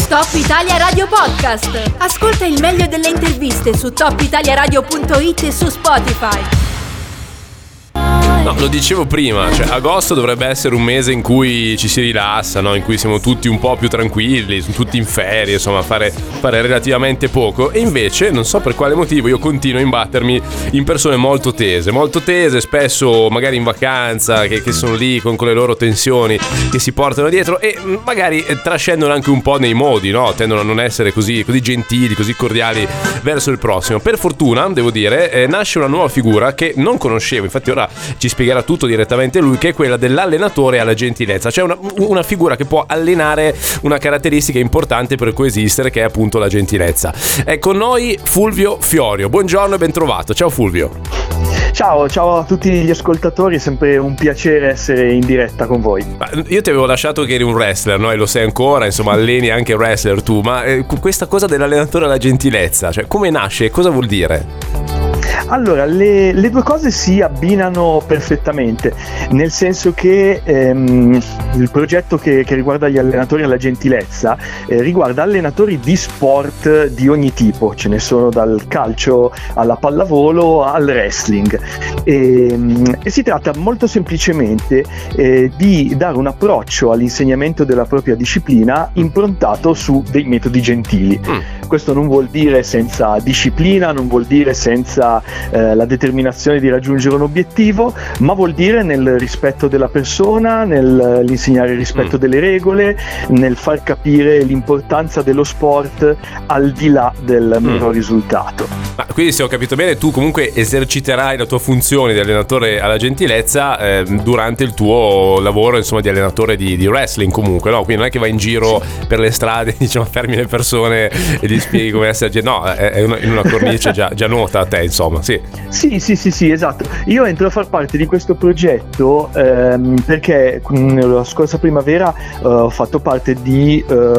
Top Italia Radio Podcast. Ascolta il meglio delle interviste su topitaliaradio.it e su Spotify. No, lo dicevo prima, cioè agosto dovrebbe essere un mese in cui ci si rilassa, no? In cui siamo tutti un po' più tranquilli, tutti in ferie, insomma, fare relativamente poco. E invece, non so per quale motivo, io continuo a imbattermi in persone molto tese, spesso magari in vacanza, che sono lì con le loro tensioni che si portano dietro e magari trascendono anche un po' nei modi, no? Tendono a non essere così gentili, così cordiali verso il prossimo. Per fortuna, devo dire, nasce una nuova figura che non conoscevo, infatti ora ci spiegherà tutto direttamente lui, che è quella dell'allenatore alla gentilezza, cioè una figura che può allenare una caratteristica importante per coesistere, che è appunto la gentilezza. È con noi Fulvio Fiorio. Buongiorno e ben trovato. Ciao Fulvio. Ciao a tutti gli ascoltatori, è sempre un piacere essere in diretta con voi. Io ti avevo lasciato che eri un wrestler, no? E lo sei ancora, insomma, alleni anche wrestler tu, ma questa cosa dell'allenatore alla gentilezza, cioè come nasce? Cosa vuol dire? Allora, le due cose si abbinano perfettamente, nel senso che il progetto che riguarda gli allenatori alla gentilezza riguarda allenatori di sport di ogni tipo, ce ne sono dal calcio alla pallavolo al wrestling e si tratta molto semplicemente di dare un approccio all'insegnamento della propria disciplina improntato su dei metodi gentili. Questo non vuol dire senza disciplina, non vuol dire senza la determinazione di raggiungere un obiettivo, ma vuol dire nel rispetto della persona, nell'insegnare il rispetto delle regole, nel far capire l'importanza dello sport al di là del mero risultato. Ma quindi, se ho capito bene, tu comunque eserciterai la tua funzione di allenatore alla gentilezza durante il tuo lavoro, insomma, di allenatore di wrestling comunque, no? Quindi non è che vai in giro per le strade, diciamo, fermi le persone e gli spieghi come essere, no, è in una cornice già nota a te, insomma. Sì, esatto. Io entro a far parte di questo progetto perché la scorsa primavera ho fatto parte di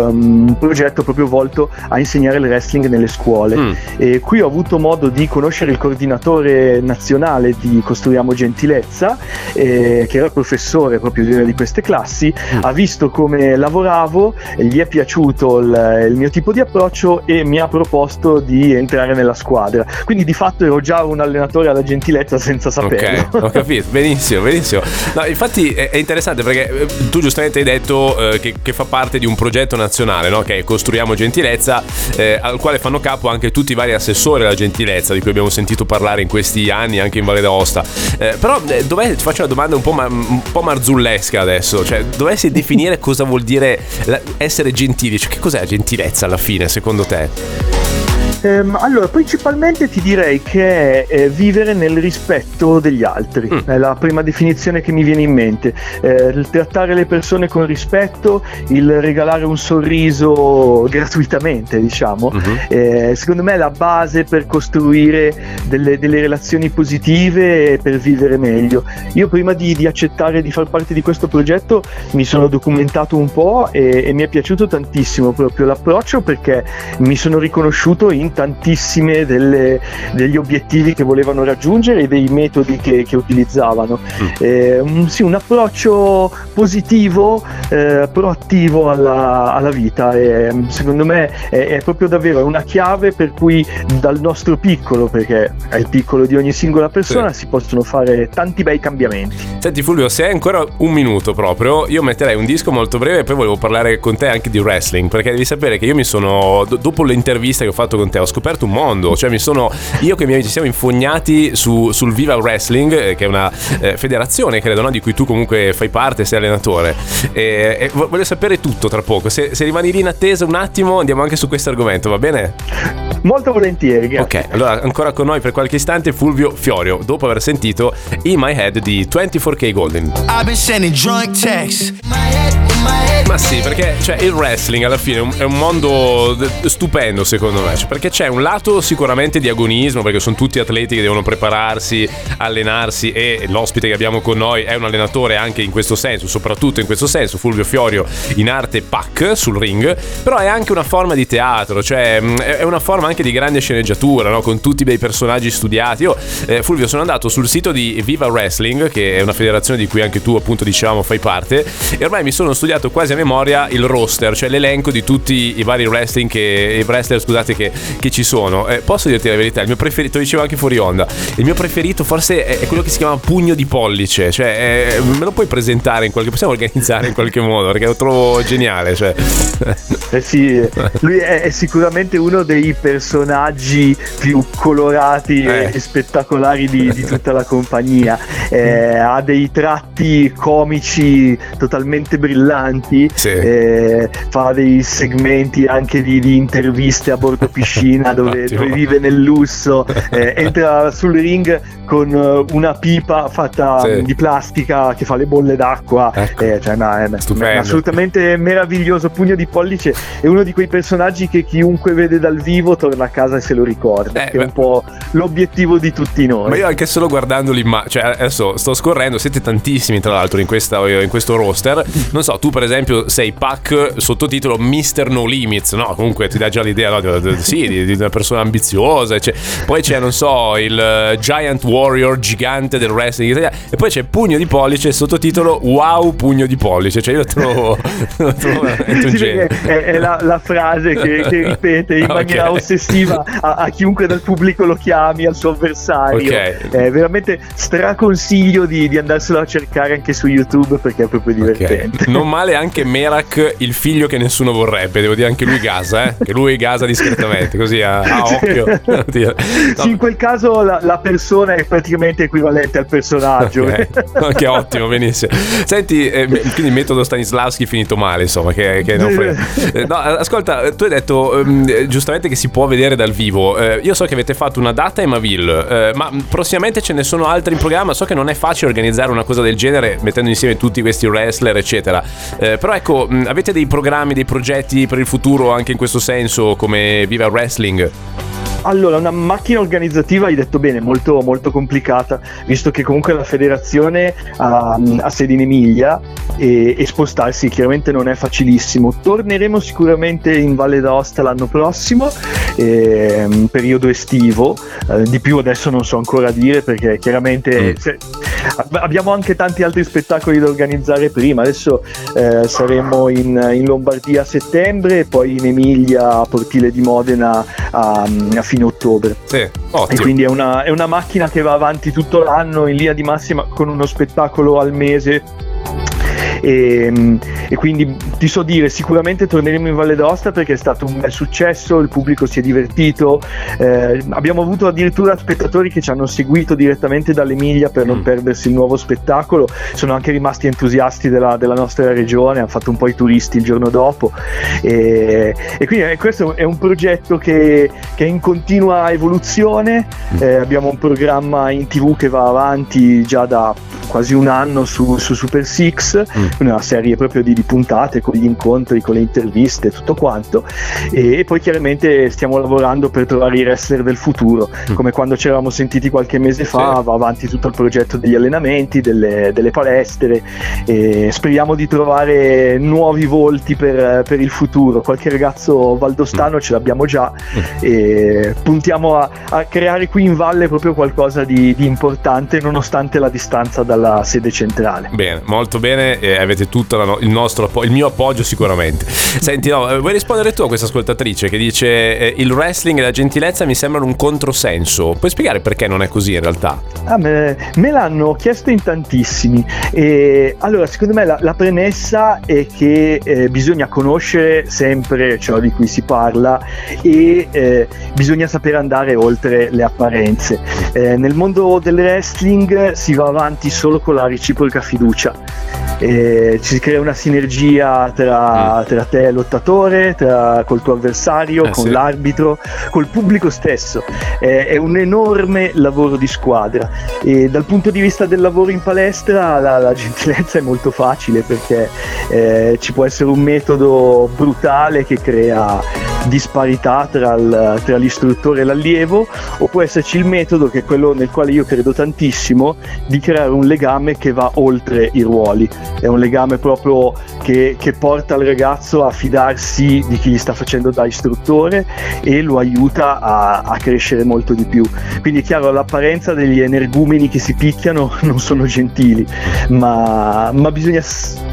un progetto proprio volto a insegnare il wrestling nelle scuole e qui ho avuto modo di conoscere il coordinatore nazionale di Costruiamo Gentilezza che era il professore proprio di una di queste classi. Ha visto come lavoravo, gli è piaciuto il mio tipo di approccio e mi ha proposto di entrare nella squadra, quindi di fatto ero già un allenatore alla gentilezza senza saperlo. Ok, ho capito, benissimo. No, infatti è interessante perché tu giustamente hai detto che fa parte di un progetto nazionale, no? Che è Costruiamo Gentilezza, al quale fanno capo anche tutti i vari assessori alla gentilezza di cui abbiamo sentito parlare in questi anni anche in Valle d'Aosta. Però ti faccio una domanda un po' marzullesca adesso, cioè dovessi definire cosa vuol dire essere gentili, cioè che cos'è la gentilezza alla fine secondo te? Allora, principalmente ti direi che è vivere nel rispetto degli altri, è la prima definizione che mi viene in mente. Il trattare le persone con rispetto, il regalare un sorriso gratuitamente, diciamo, secondo me è la base per costruire delle relazioni positive e per vivere meglio. Io prima di accettare di far parte di questo progetto mi sono documentato un po' e mi è piaciuto tantissimo proprio l'approccio, perché mi sono riconosciuto in tantissime degli obiettivi che volevano raggiungere e dei metodi che utilizzavano. Sì, un approccio positivo, proattivo alla vita, e secondo me è proprio davvero una chiave per cui dal nostro piccolo, perché è il piccolo di ogni singola persona, si possono fare tanti bei cambiamenti. Senti Fulvio, se hai ancora un minuto proprio, io metterei un disco molto breve e poi volevo parlare con te anche di wrestling, perché devi sapere che io dopo l'intervista che ho fatto con te, ho scoperto un mondo, cioè io che i miei amici siamo infognati sul Viva Wrestling, che è una federazione, credo, no? Di cui tu comunque fai parte, sei allenatore, e voglio sapere tutto tra poco. Se rimani lì in attesa un attimo, andiamo anche su questo argomento, va bene? Molto volentieri, grazie. Ok, allora ancora con noi per qualche istante Fulvio Fiorio, dopo aver sentito In My Head di 24K Golden. I've been sending drunk texts. Ma sì, perché cioè, il wrestling alla fine è un mondo stupendo secondo me, cioè, perché c'è un lato sicuramente di agonismo, perché sono tutti atleti che devono prepararsi, allenarsi, e l'ospite che abbiamo con noi è un allenatore anche in questo senso, soprattutto in questo senso, Fulvio Fiorio, in arte PAC sul ring, però è anche una forma di teatro, cioè è una forma anche di grande sceneggiatura, no? Con tutti dei personaggi studiati. Io Fulvio, sono andato sul sito di Viva Wrestling, che è una federazione di cui anche tu appunto dicevamo fai parte, e ormai mi sono studiato quasi a a memoria il roster, cioè l'elenco di tutti i vari wrestler che ci sono. Posso dirti la verità, il mio preferito, dicevo anche fuori onda, il mio preferito forse è quello che si chiama Pugno di Pollice, cioè me lo puoi presentare possiamo organizzare in qualche modo, perché lo trovo geniale, cioè. Sì, lui è sicuramente uno dei personaggi più colorati e spettacolari di tutta la compagnia. Ha dei tratti comici totalmente brillanti, sì. Fa dei segmenti anche di interviste a bordo piscina dove vive nel lusso, entra sul ring con una pipa fatta di plastica che fa le bolle d'acqua, cioè, è assolutamente meraviglioso. Pugno di Pollice è uno di quei personaggi che chiunque vede dal vivo torna a casa e se lo ricorda, che è un po' l'obiettivo di tutti noi. Ma io anche solo guardando l'immagine, cioè adesso sto scorrendo, siete tantissimi tra l'altro in questo roster, non so, tu per esempio sei Pac, sottotitolo Mr. No Limits, no? Comunque ti dà già l'idea, no? di una persona ambiziosa, cioè, poi c'è, non so, il Giant Warrior, gigante del wrestling italiano, e poi c'è Pugno di Pollice, sottotitolo Wow Pugno di Pollice, cioè io lo trovo veramente un genio. È la frase che ripete in maniera ossessiva a chiunque dal pubblico lo chiami, al suo avversario. Veramente straconsiglio di andarselo a cercare anche su YouTube, perché è proprio divertente. Non male anche Merak, il figlio che nessuno vorrebbe, devo dire, anche lui gasa, che lui gasa discretamente, così a occhio. No. Sì, in quel caso la persona è praticamente equivalente al personaggio. Che ottimo, benissimo. Senti, quindi metodo Stanislavski finito male, insomma, che non frega. No, ascolta, tu hai detto giustamente che si può vedere dal vivo. Io so che avete fatto una data a Emaville, ma prossimamente ce ne sono altri in programma. So che non è facile organizzare una cosa del genere mettendo insieme tutti questi wrestler eccetera, però ecco, avete dei programmi, dei progetti per il futuro anche in questo senso, come Viva Wrestling? Allora, una macchina organizzativa, hai detto bene, molto, molto complicata, visto che comunque la federazione ha sede in Emilia e spostarsi chiaramente non è facilissimo. Torneremo sicuramente in Valle d'Aosta l'anno prossimo, periodo estivo, di più adesso non so ancora dire, perché chiaramente abbiamo anche tanti altri spettacoli da organizzare prima. Adesso saremo in Lombardia a settembre e poi in Emilia a Portile di Modena a fine ottobre. Sì, ottimo. E quindi è una macchina che va avanti tutto l'anno in linea di massima, con uno spettacolo al mese. E quindi ti so dire, sicuramente torneremo in Valle d'Aosta perché è stato un bel successo, il pubblico si è divertito, abbiamo avuto addirittura spettatori che ci hanno seguito direttamente dall'Emilia per non perdersi il nuovo spettacolo, sono anche rimasti entusiasti della nostra regione, hanno fatto un po' i turisti il giorno dopo, e quindi questo è un progetto che è in continua evoluzione. Abbiamo un programma in TV che va avanti già da quasi un anno su Super Six, una serie proprio di puntate con gli incontri, con le interviste, tutto quanto, e poi chiaramente stiamo lavorando per trovare i wrestler del futuro, come quando ci eravamo sentiti qualche mese fa. Va avanti tutto il progetto degli allenamenti, delle palestre, e speriamo di trovare nuovi volti per il futuro. Qualche ragazzo valdostano ce l'abbiamo già, e puntiamo a creare qui in Valle proprio qualcosa di importante, nonostante la distanza dalla sede centrale. Bene, molto bene, avete tutto il mio appoggio sicuramente. Senti, vuoi rispondere tu a questa ascoltatrice che dice il wrestling e la gentilezza mi sembrano un controsenso? Puoi spiegare perché non è così in realtà? Me l'hanno chiesto in tantissimi, e allora secondo me la premessa è che bisogna conoscere sempre ciò di cui si parla e bisogna sapere andare oltre le apparenze. Nel mondo del wrestling si va avanti solo con la reciproca fiducia. Ci si crea una sinergia tra te lottatore, col tuo avversario, con l'arbitro, col pubblico stesso. È un enorme lavoro di squadra, e dal punto di vista del lavoro in palestra la gentilezza è molto facile, perché ci può essere un metodo brutale che crea disparità tra l'istruttore e l'allievo, o può esserci il metodo, che è quello nel quale io credo tantissimo, di creare un legame che va oltre i ruoli. È un legame proprio che porta il ragazzo a fidarsi di chi gli sta facendo da istruttore e lo aiuta a crescere molto di più. Quindi è chiaro, l'apparenza degli energumeni che si picchiano non sono gentili, ma bisogna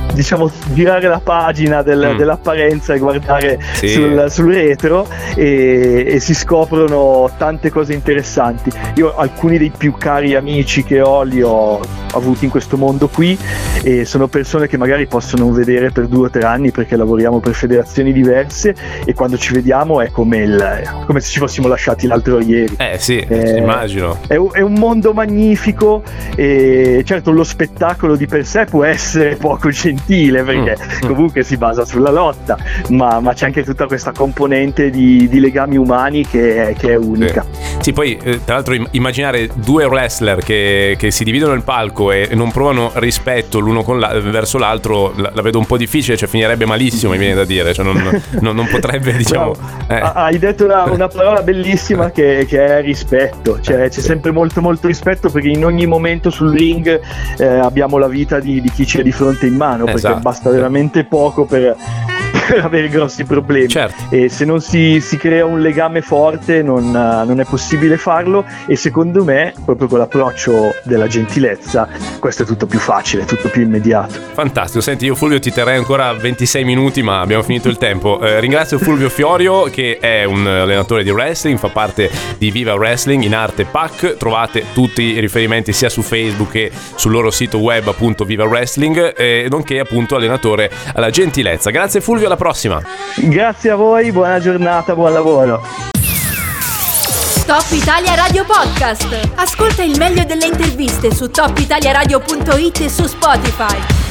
diciamo girare la pagina dell'apparenza e guardare sul retro e si scoprono tante cose interessanti. Io alcuni dei più cari amici che li ho avuti in questo mondo qui, e sono persone che magari possono non vedere per 2 o 3 anni perché lavoriamo per federazioni diverse, e quando ci vediamo è come se ci fossimo lasciati l'altro ieri. Immagino. È un mondo magnifico, e certo lo spettacolo di per sé può essere poco gentile perché comunque si basa sulla lotta, ma c'è anche tutta questa componente di legami umani che è unica. Sì, poi tra l'altro immaginare 2 wrestler che si dividono il palco e non provano rispetto l'uno verso l'altro, la vedo un po' difficile, cioè finirebbe malissimo, mi viene da dire, cioè non potrebbe, diciamo. Hai detto una parola bellissima che è rispetto, cioè c'è sempre molto molto rispetto, perché in ogni momento sul ring abbiamo la vita di chi c'è di fronte in mano, perché basta veramente poco per avere grossi problemi. E se non si crea un legame forte non è possibile farlo, e secondo me proprio con l'approccio della gentilezza questo è tutto più facile, tutto più immediato. Fantastico. Senti, io Fulvio ti terrei ancora 26 minuti, ma abbiamo finito il tempo. Ringrazio Fulvio Fiorio, che è un allenatore di wrestling, fa parte di Viva Wrestling, in arte PAC. Trovate tutti i riferimenti sia su Facebook che sul loro sito web, appunto Viva Wrestling, nonché appunto allenatore alla gentilezza. Grazie Fulvio, alla prossima. Grazie a voi, buona giornata, buon lavoro. Top Italia Radio Podcast. Ascolta il meglio delle interviste su topitaliaradio.it e su Spotify.